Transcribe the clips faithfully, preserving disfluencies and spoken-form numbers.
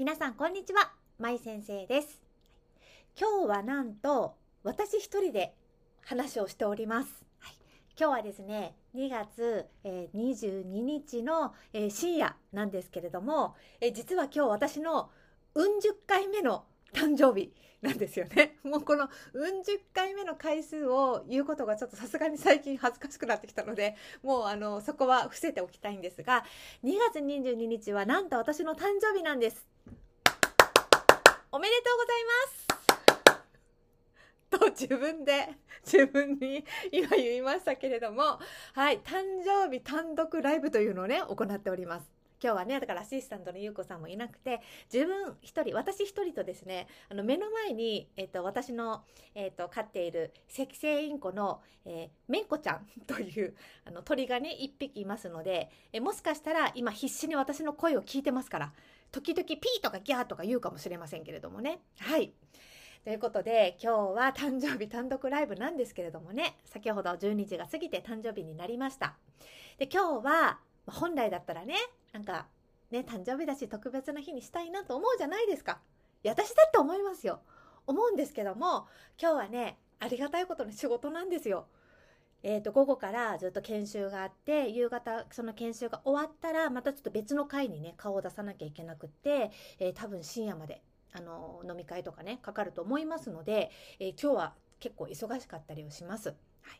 皆さんこんにちは、まい先生です。今日はなんと私一人で話をしております。はい、今日はですねにがつにじゅうににちの深夜なんですけれども、実は今日私のうん十回目の誕生日なんですよね。もうこのうん十回目の回数を言うことがちょっとさすがに最近恥ずかしくなってきたので、もうあのそこは伏せておきたいんですが、にがつにじゅうににちはなんと私の誕生日なんです。おめでとうございますと自分で自分に今言いましたけれども、はい、誕生日単独ライブというのをね行っております。今日はね、だからアシスタントのゆうこさんもいなくて、自分一人、私一人とですね、あの目の前に、えっと、私の、えっと、飼っているセキセイインコの、えー、めんこちゃんというあの鳥がね一匹いますので、えもしかしたら今必死に私の声を聞いてますから、時々ピーとかギャーとか言うかもしれませんけれどもね。はい。ということで今日は誕生日単独ライブなんですけれどもね、先ほどじゅうにじが過ぎて誕生日になりました。で、今日は本来だったらね、なんかね、誕生日だし特別な日にしたいなと思うじゃないですか。いや、私だって思いますよ。思うんですけども、今日はね、ありがたいことの仕事なんですよ。えーと、午後からずっと研修があって、夕方その研修が終わったらまたちょっと別の会にね顔を出さなきゃいけなくって、えー、多分深夜まであの飲み会とかねかかると思いますので、えー、今日は結構忙しかったりをします。はい、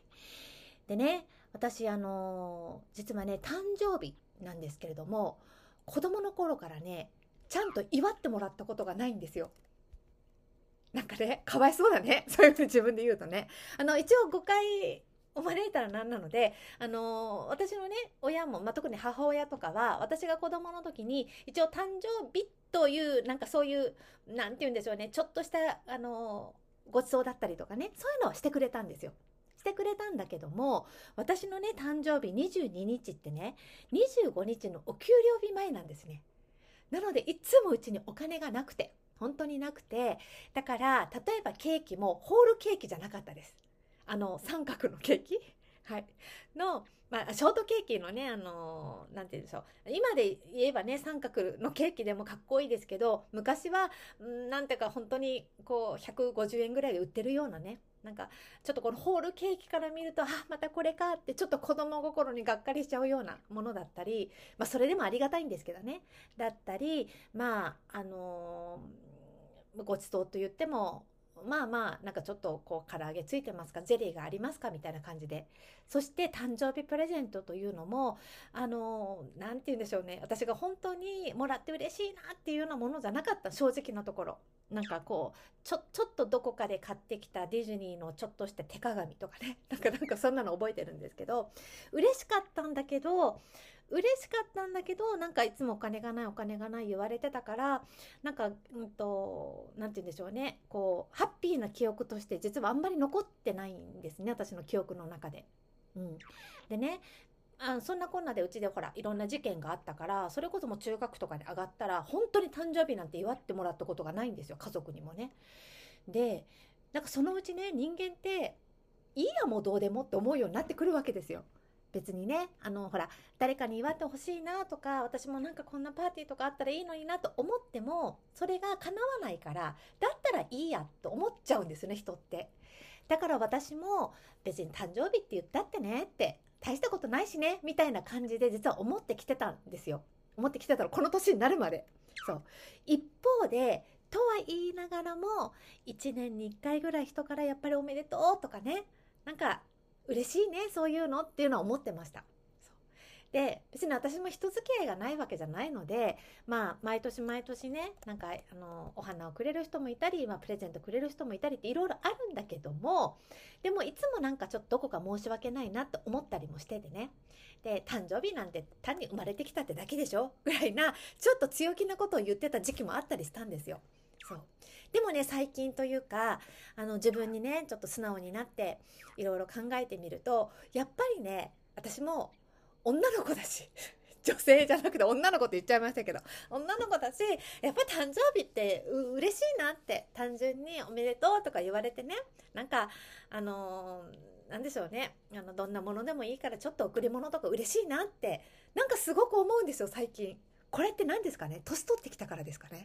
でね、私あのー、実はね誕生日なんですけれども、子供の頃からねちゃんと祝ってもらったことがないんですよ。なんかね、かわいそうだね。そういうふうに自分で言うとね。あの、一応誤解を招いたら何なので、あのー、私のね、親も、まあ、特に母親とかは、私が子供の時に、一応誕生日という、なんかそういう、なんて言うんでしょうね、ちょっとした、あのー、ごちそうだったりとかね、そういうのをしてくれたんですよ。してくれたんだけども、私のね、誕生日にじゅうににちってね、にじゅうごにちのお給料日前なんですね。なのでいつもうちにお金がなくて、本当になくて、だから例えばケーキもホールケーキじゃなかったです。あの三角のケーキ、はい、の、まあ、ショートケーキのね、あのなんて言うんでしょう、今で言えばね三角のケーキでもかっこいいですけど、昔はんなんていうか本当にこうひゃくごじゅうえんぐらいで売ってるようなね、なんかちょっとこのホールケーキから見ると、あ、またこれかってちょっと子供心にがっかりしちゃうようなものだったり、まあそれでもありがたいんですけどね、だったり、まああのーごちそうと言っても、まあまあなんかちょっとこう唐揚げついてますか、ゼリーがありますかみたいな感じで、そして誕生日プレゼントというのも、あのーなんて言うんでしょうね、私が本当にもらって嬉しいなっていうようなものじゃなかった、正直なところ。なんかこうちょちょっとどこかで買ってきたディズニーのちょっとした手鏡とかね、なんかなんかそんなの覚えてるんですけど、嬉しかったんだけど嬉しかったんだけどなんかいつもお金がないお金がない言われてたから、なんかうんとなんて言うんでしょうね、こうハッピーな記憶として実はあんまり残ってないんですね、私の記憶の中で。うん、でね、あそんなこんなでうちでほらいろんな事件があったから、それこそもう中学とかで上がったら本当に誕生日なんて祝ってもらったことがないんですよ、家族にもね。で、なんかそのうちね、人間っていいやもうどうでもって思うようになってくるわけですよ。別にね、あのほら誰かに祝ってほしいなとか、私もなんかこんなパーティーとかあったらいいのになと思っても、それが叶わないから、だったらいいやと思っちゃうんですね、人って。だから私も別に誕生日って言ったってねって大したことないしねみたいな感じで実は思ってきてたんですよ。思ってきてたの、この年になるまで。そう。一方でとは言いながらも、いちねんにいっかいぐらい人からやっぱりおめでとうとかね、なんか嬉しいねそういうのっていうのは思ってました。で、別に私も人付き合いがないわけじゃないので、まあ毎年毎年ね、なんかあのお花をくれる人もいたり、まあ、プレゼントくれる人もいたりっていろいろあるんだけども、でもいつもなんかちょっとどこか申し訳ないなと思ったりもしててね。で、誕生日なんて単に生まれてきたってだけでしょぐらいな、ちょっと強気なことを言ってた時期もあったりしたんですよ。そう。でもね、最近というか、あの自分にねちょっと素直になっていろいろ考えてみると、やっぱりね、私も女の子だし女性じゃなくて女の子って言っちゃいましたけど、女の子だし、やっぱり誕生日ってう嬉しいなって、単純におめでとうとか言われてね、なんかあのー、なんでしょうね、あのどんなものでもいいからちょっと贈り物とか嬉しいなってなんかすごく思うんですよ最近。これって何ですかね、年取ってきたからですかね。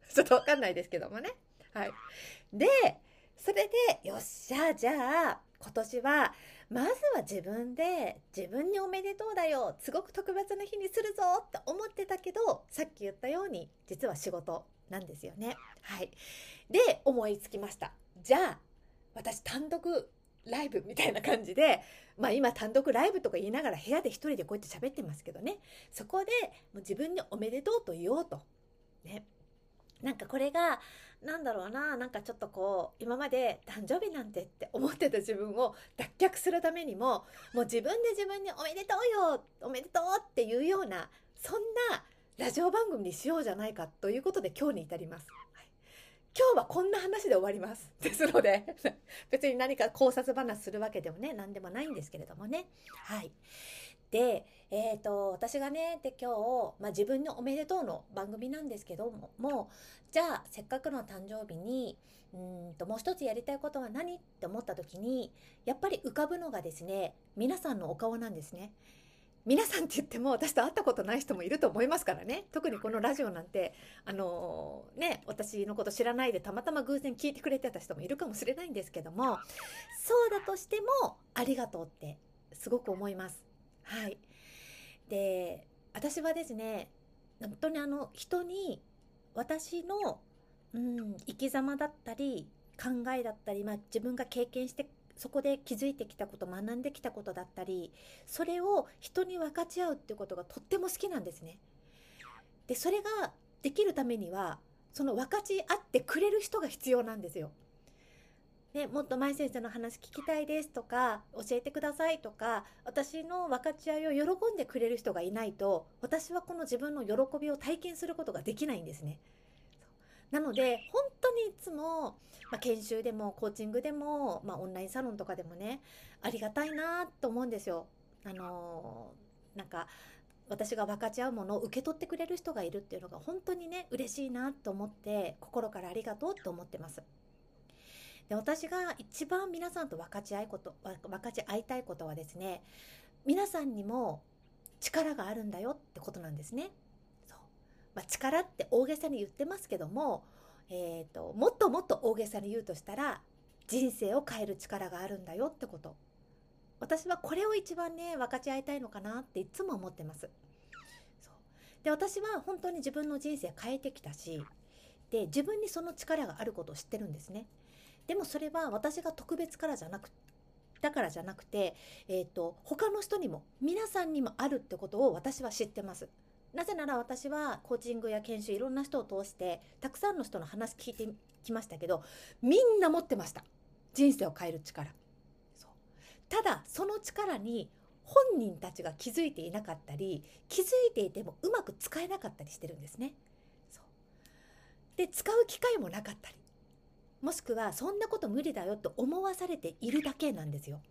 ちょっとわかんないですけどもね。はい。で、それで、よっしゃ、じゃあ、今年は、まずは自分で、自分におめでとうだよ、すごく特別な日にするぞって思ってたけど、さっき言ったように、実は仕事なんですよね。はい。で、思いつきました。じゃあ、私単独ライブみたいな感じで、まあ今単独ライブとか言いながら部屋で一人でこうやって喋ってますけどね、そこでもう自分におめでとうと言おうと。ね。なんかこれが、なんだろうな、なんかちょっとこう、今まで誕生日なんてって思ってた自分を脱却するためにも、もう自分で自分におめでとうよ、おめでとうっていうような、そんなラジオ番組にしようじゃないかということで今日に至ります。はい、今日はこんな話で終わります。ですので、別に何か考察話するわけでもね、何でもないんですけれどもね。はい。で、えっと、私がね、で今日、まあ、自分のおめでとうの番組なんですけども、もう、じゃあ、せっかくの誕生日に、うんと、もう一つやりたいことは何って思った時に、やっぱり浮かぶのがですね、皆さんのお顔なんですね。皆さんって言っても私と会ったことない人もいると思いますからね。特にこのラジオなんて、あのーね、私のこと知らないでたまたま偶然聞いてくれてた人もいるかもしれないんですけども、そうだとしてもありがとうってすごく思います。はい。で、私はですね、本当にあの人に私の、うん、生き様だったり考えだったり、まあ、自分が経験してそこで気づいてきたこと、学んできたことだったり、それを人に分かち合うっていうことがとっても好きなんですね。で、それができるためにはその分かち合ってくれる人が必要なんですよ。ね、もっと舞先生の話聞きたいですとか教えてくださいとか、私の分かち合いを喜んでくれる人がいないと、私はこの自分の喜びを体験することができないんですね。なので本当にいつも、まあ、研修でもコーチングでも、まあ、オンラインサロンとかでもね、ありがたいなと思うんですよ。あのーなんか私が分かち合うものを受け取ってくれる人がいるっていうのが本当にね、嬉しいなと思って、心からありがとうと思ってます。で、私が一番皆さんと分かち合いこと分かち合いたいことはですね、皆さんにも力があるんだよってことなんですね。そう、まあ、力って大げさに言ってますけども、えーと、もっともっと大げさに言うとしたら、人生を変える力があるんだよってこと。私はこれを一番ね、分かち合いたいのかなっていつも思ってます。そうで、私は本当に自分の人生変えてきたし、で自分にその力があることを知ってるんですね。でもそれは私が特別からじゃなくだからじゃなくて、えーと、他の人にも皆さんにもあるってことを私は知ってます。なぜなら私はコーチングや研修いろんな人を通してたくさんの人の話聞いてきましたけど、みんな持ってました。人生を変える力。そう。ただその力に本人たちが気づいていなかったり、気づいていてもうまく使えなかったりしてるんですね。そうで、使う機会もなかったり、もしくはそんなこと無理だよと思わされているだけなんですよ。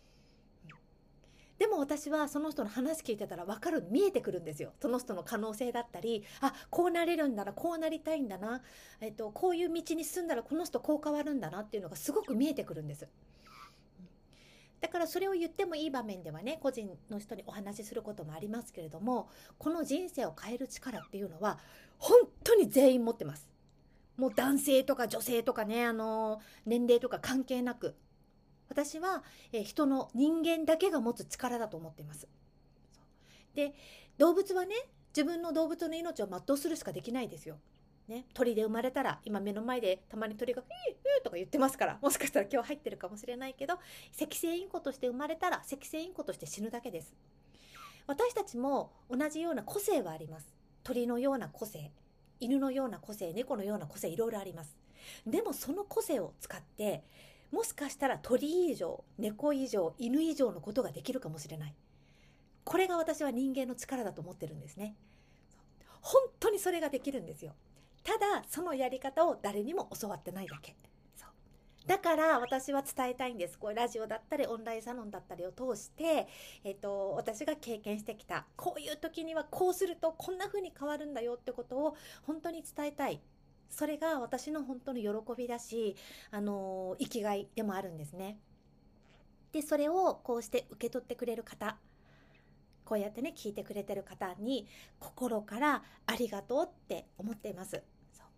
でも私はその人の話聞いてたら分かる、見えてくるんですよ。その人の可能性だったり、あ、こうなれるんだな、こうなりたいんだな、えっと、こういう道に進んだらこの人こう変わるんだなっていうのがすごく見えてくるんです。だからそれを言ってもいい場面ではね、個人の人にお話しすることもありますけれども、この人生を変える力っていうのは本当に全員持ってます。もう男性とか女性とかね、あの年齢とか関係なく、私は、えー人の人間だけが持つ力だと思っています。で、動物はね、自分の動物の命を全うするしかできないですよ。ね、鳥で生まれたら、今目の前でたまに鳥が「ヒーヒー」とか言ってますから、もしかしたら今日入ってるかもしれないけど、赤星インコとして生まれたら赤星インコとして死ぬだけです。私たちも同じような個性はあります。鳥のような個性、犬のような個性、猫のような個性、いろいろあります。でもその個性を使って、もしかしたら鳥以上、猫以上、犬以上のことができるかもしれない。これが私は人間の力だと思ってるんですね。本当にそれができるんですよ。ただそのやり方を誰にも教わってないだけ。そうだから私は伝えたいんです。こうラジオだったりオンラインサロンだったりを通して、えっと、私が経験してきた、こういう時にはこうするとこんな風に変わるんだよってことを本当に伝えたい。それが私の本当に喜びだし、あの生きがいでもあるんですね。で、それをこうして受け取ってくれる方、こうやってね、聞いてくれてる方に心からありがとうって思っています。そう。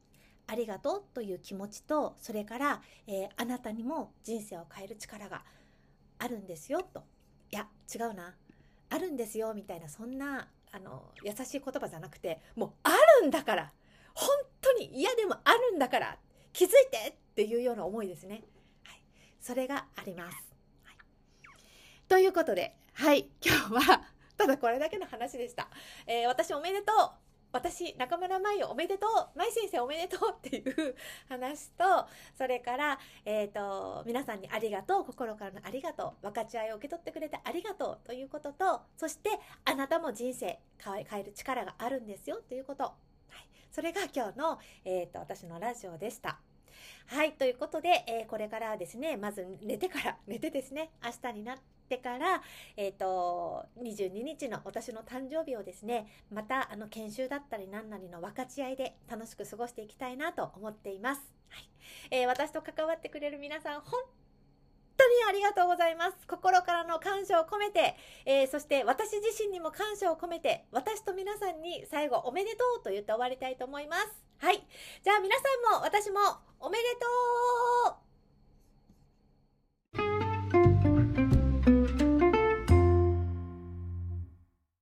ありがとうという気持ちと、それから、えー、あなたにも人生を変える力があるんですよと。いや違うな、あるんですよみたいな、そんなあの優しい言葉じゃなくて、もうあるんだから、本当に嫌でもあるんだから気づいてっていうような思いですね。はい、それがあります。はい、ということで、はい今日はただこれだけの話でした。えー、私おめでとう、私中村舞おめでとう、舞先生おめでとうっていう話と、それから、えーと、皆さんにありがとう、心からのありがとう、分かち合いを受け取ってくれてありがとうということと、そしてあなたも人生変える力があるんですよということ、はい、それが今日の、えーと、私のラジオでした。はい、ということで、えー、これからですね、まず寝てから、寝てですね、明日になってから、えっと、にじゅうににちの私の誕生日をですね、また、あの、研修だったり何なりの分かち合いで楽しく過ごしていきたいなと思っています。はい。えー、私と関わってくれる皆さん、本当にありがとうございます。心からの感謝を込めて、えー、そして私自身にも感謝を込めて、私と皆さんに最後おめでとうと言って終わりたいと思います。はい。じゃあ皆さんも私もおめでとう